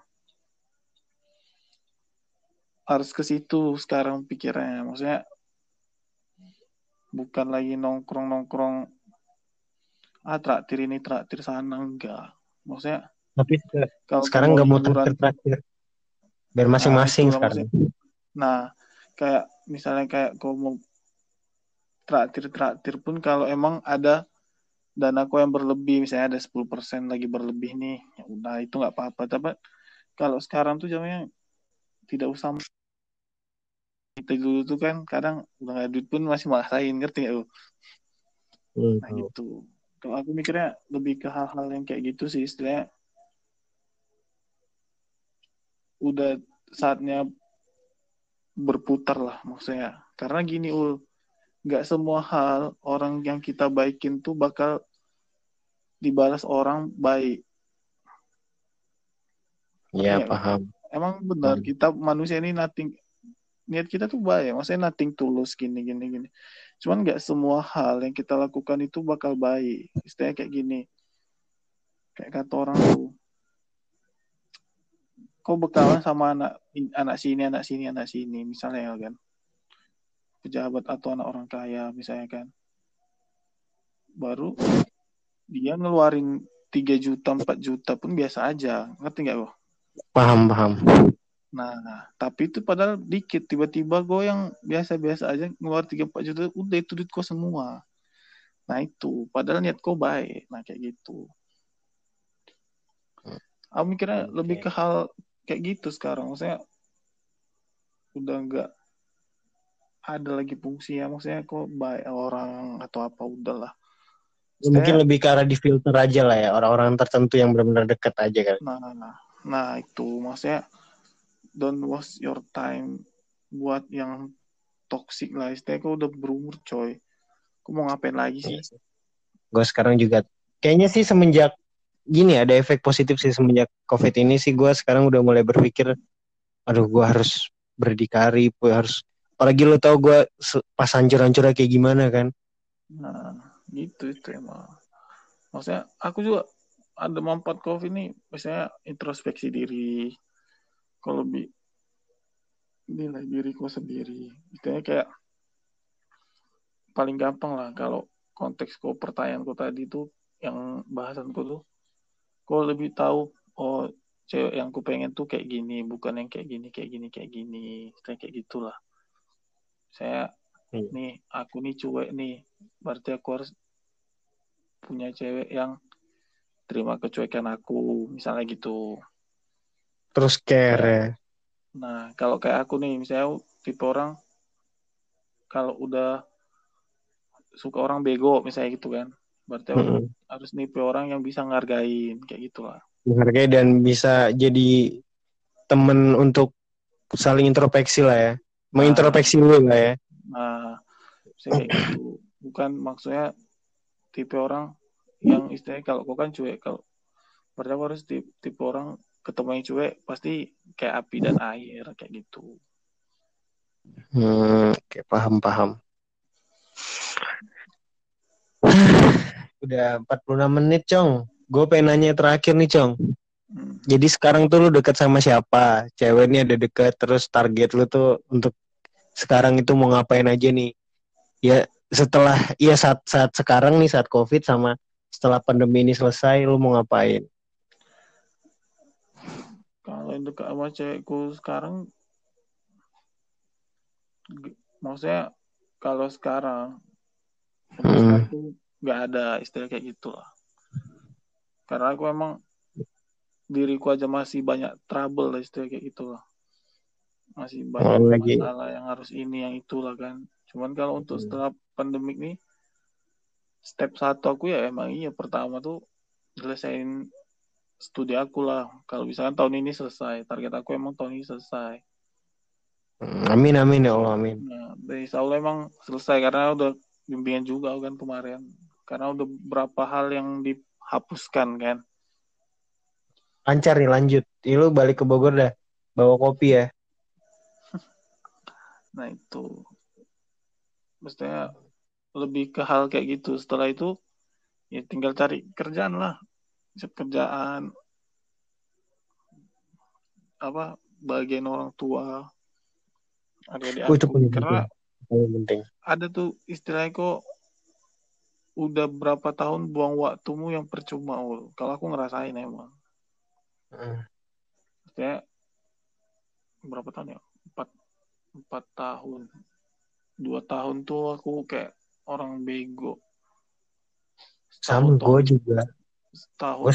harus ke situ sekarang pikirannya. Maksudnya bukan lagi nongkrong-nongkrong, traktir ini, traktir sana, enggak. Maksudnya Tapi kalau kau sekarang mau nggak mau liburan, traktir-traktir biar nah masing-masing itulah sekarang. maksudnya. Nah, kayak misalnya kayak kau mau traktir pun kalau emang ada dana kau yang berlebih, misalnya ada 10% lagi berlebih nih, ya udah itu nggak apa-apa. Tapi kalau sekarang tuh jamnya tidak usah, kita dulu tuh kan kadang udah nggak duit pun masih maksain, ngerti nggak lu? Nah Tahu. gitu. Kalau aku mikirnya lebih ke hal-hal yang kayak gitu sih, istilahnya udah saatnya berputar lah maksudnya. Karena gini nggak semua hal orang yang kita baikin tuh bakal dibalas orang baik. Ngerti Ya nggak lo? paham. Emang benar Paham. kita manusia ini nothing, niat kita tuh baik, maksudnya nothing tulus gini gini gini. Cuman nggak semua hal yang kita lakukan itu bakal baik. Istilahnya kayak gini, kayak kata orang tuh, kau bekalan sama anak anak sini anak sini anak sini, misalnya ya kan, pejabat atau anak orang kaya misalnya kan, baru dia ngeluarin 3 juta 4 juta pun biasa aja, ngerti nggak lo? Paham, paham. Nah, tapi itu padahal dikit, tiba-tiba gue yang biasa-biasa aja ngeluar 3-4 juta, udah itu duit gue semua. Nah itu, padahal niat gue baik. Nah kayak gitu. Aku mikirnya lebih ke Oke. hal kayak gitu sekarang. Maksudnya udah nggak ada lagi fungsinya. Maksudnya kok baik orang atau apa, udahlah. Ya, mungkin Saya, lebih ke arah di filter aja lah ya, orang-orang tertentu yang benar-benar dekat aja kan. nah itu. Maksudnya don't waste your time buat yang toxic lah. Istilahnya kok udah berumur coy. Aku mau ngapain lagi sih? Gue sekarang juga kayaknya sih semenjak gini ada efek positif sih semenjak COVID ini sih gue sekarang udah mulai berpikir, aduh gue harus berdikari, gue harus, apalagi lo tau gue pas hancur-hancurnya kayak gimana kan. Nah, gitu itu emang. Maksudnya aku juga ada manfaat COVID ini, misalnya introspeksi diri, kalau nilai diriku sendiri. Misalnya kayak paling gampang lah kalau konteksku pertanyaanku tadi tuh yang bahasanku tuh, kau lebih tahu oh cewek yang ku pengen tuh kayak gini, bukan yang kayak gini, kayak gitulah. Saya nih, aku nih cuek nih, berarti aku harus punya cewek yang terima kecuekan aku, misalnya gitu. Terus care ya. Nah, kalau kayak aku nih, misalnya tipe orang kalau udah suka orang bego, misalnya gitu kan, berarti aku harus nipe orang yang bisa ngargain, kayak gitulah. Menghargai dan bisa jadi temen untuk saling introspeksi lah ya, mengintrospeksi lu lah ya. Nah, misalnya kayak gitu. Bukan maksudnya tipe orang yang istilahnya kalau kau kan cuek, kalau berarti aku harus tipe orang ketemu yang cuek pasti kayak api dan air, kayak gitu. Oke, paham. Udah 46 menit, Cong. Gue pengen nanya terakhir nih, Cong. Jadi sekarang tuh lu deket sama siapa? Cewek nih ada deket, terus target lu tuh untuk sekarang itu mau ngapain aja nih? Ya setelah, ya saat sekarang nih, saat COVID sama setelah pandemi ini selesai, lu mau ngapain? Kalau yang dekat sama cewekku sekarang, maksudnya kalau sekarang tuh nggak ada istilah kayak gitu lah. Karena aku emang diriku aja masih banyak trouble lah, istilah kayak gitu lah. Masih banyak masalah yang harus ini yang itulah kan. Cuman kalau untuk setelah pandemik nih, step 1 aku ya emang pertama tuh selesaiin studi aku lah. Kalau misalkan tahun ini selesai, target aku emang tahun ini selesai. Amin ya Allah, amin. Nah, dari insya Allah emang selesai karena udah bimbingan juga kan kemarin. Karena udah berapa hal yang dihapuskan kan. Lancar nih, lanjut. Lu balik ke Bogor dah, bawa kopi ya. Nah itu, maksudnya lebih ke hal kayak gitu. Setelah itu ya tinggal cari kerjaan lah, kerjaan apa bagian orang tua, adik-adik aku. Karena penting. Ada tuh istilahnya kok udah berapa tahun buang waktumu yang percuma. Kalau aku ngerasain emang. Kayak berapa tahun ya? 4 tahun. 2 tahun tuh aku kayak orang bego. Sama gue juga. Setahun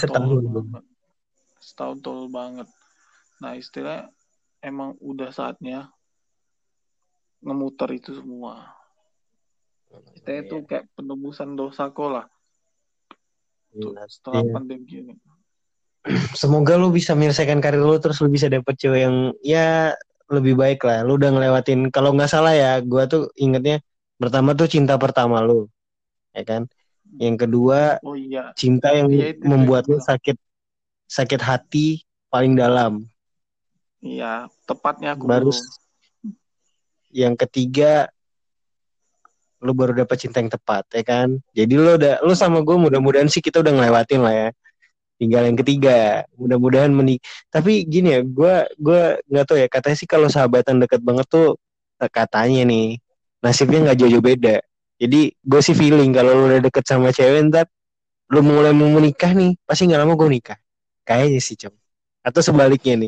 tol banget. Nah istilahnya emang udah saatnya ngemuter itu semua. Istilahnya tuh kayak penebusan dosaku lah. Setelah pandemi ini. Semoga lu bisa menyelesaikan karir lu, terus lu bisa dapet cewek yang ya lebih baik lah. Lu udah ngelewatin, kalau nggak salah ya, gue tuh ingetnya pertama tuh cinta pertama lu, ya kan? Yang kedua, cinta yang membuat lu sakit hati paling dalam. Iya, tepatnya aku baru belum. Yang ketiga, lu baru dapet cinta yang tepat, ya kan? Jadi lu sama gue mudah-mudahan sih kita udah ngelewatin lah ya. Tinggal yang ketiga, mudah-mudahan Tapi gini ya, gue nggak tahu ya, katanya sih kalau sahabatan deket banget tuh katanya nih nasibnya nggak jauh-jauh beda. Jadi gue sih feeling kalau lu udah deket sama cewek, ntar lu mulai mau menikah nih, pasti nggak lama gue nikah. Kayaknya sih, Cem. Atau sebaliknya nih.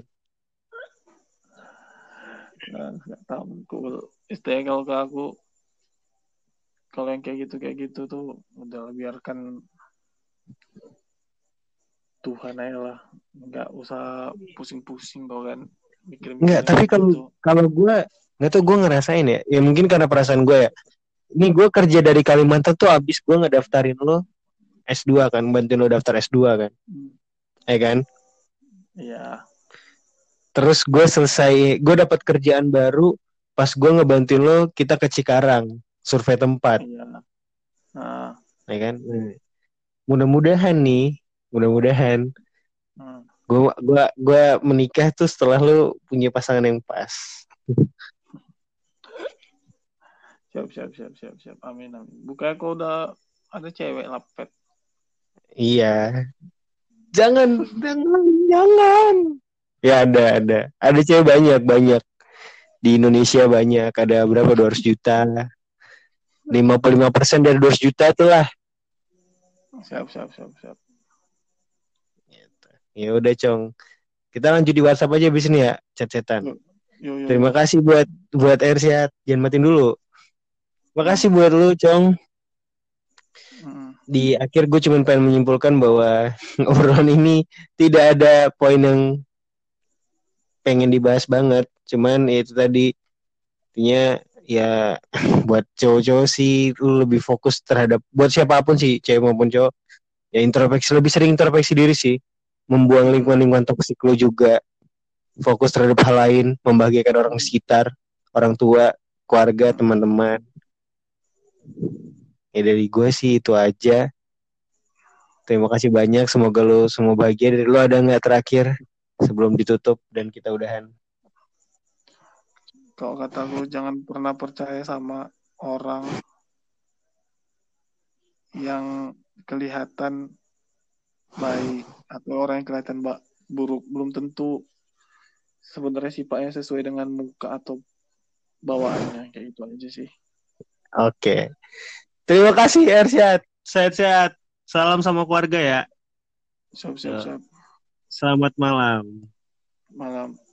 Nggak tahu. Istilahnya kalau ke aku, kalau yang kayak gitu tuh udah biarkan Tuhan aja lah, nggak usah pusing-pusing kau kan mikir-mikir. Nggak, tapi kalau gue nggak tuh, gue ngerasain ya mungkin karena perasaan gue ya. Ini gue kerja dari Kalimantan tuh abis gue ngedaftarin lo S2 kan, bantuin lo daftar S2 kan, ya kan? Iya. Terus gue dapat kerjaan baru pas gue ngebantuin lo, kita ke Cikarang survei tempat. Iya. Ya kan? Mudah-mudahan nih Mudah-mudahan Hmm. gue menikah tuh setelah lu punya pasangan yang pas. Siap. Amin. Bukannya kau udah ada cewek lapet. Iya. Jangan. Ya ada cewek banyak di Indonesia banyak, ada berapa 200 juta, 55% dari 200 juta itulah. Siap. Ya udah Cong, kita lanjut di WhatsApp aja abis ini ya, chat-chatan. Terima Yo. kasih buat Ersyad, jangan matiin dulu. Terima kasih buat lu Cong. Di akhir gue cuma pengen menyimpulkan bahwa obrolan ini tidak ada poin yang pengen dibahas banget, cuman itu tadi intinya ya buat cowok-cowok sih lu lebih fokus terhadap, buat siapapun sih cewek maupun cowok, ya lebih sering introspeksi diri sih, membuang lingkungan toksik lu juga, fokus terhadap hal lain, membahagiakan orang sekitar, orang tua, keluarga, teman-teman. Ya dari gue sih itu aja. Terima kasih banyak, semoga lu semua bahagia. Dari lu ada nggak terakhir sebelum ditutup dan kita udahan? Kalau kata lu jangan pernah percaya sama orang yang kelihatan baik atau orang yang kelihatan buruk. Belum tentu sebenarnya sifatnya sesuai dengan muka atau bawaannya. Kayak gitu aja sih. Oke. Terima kasih Ersyad. Sehat-sehat. Salam sama keluarga ya. Siap. Selamat malam. Malam.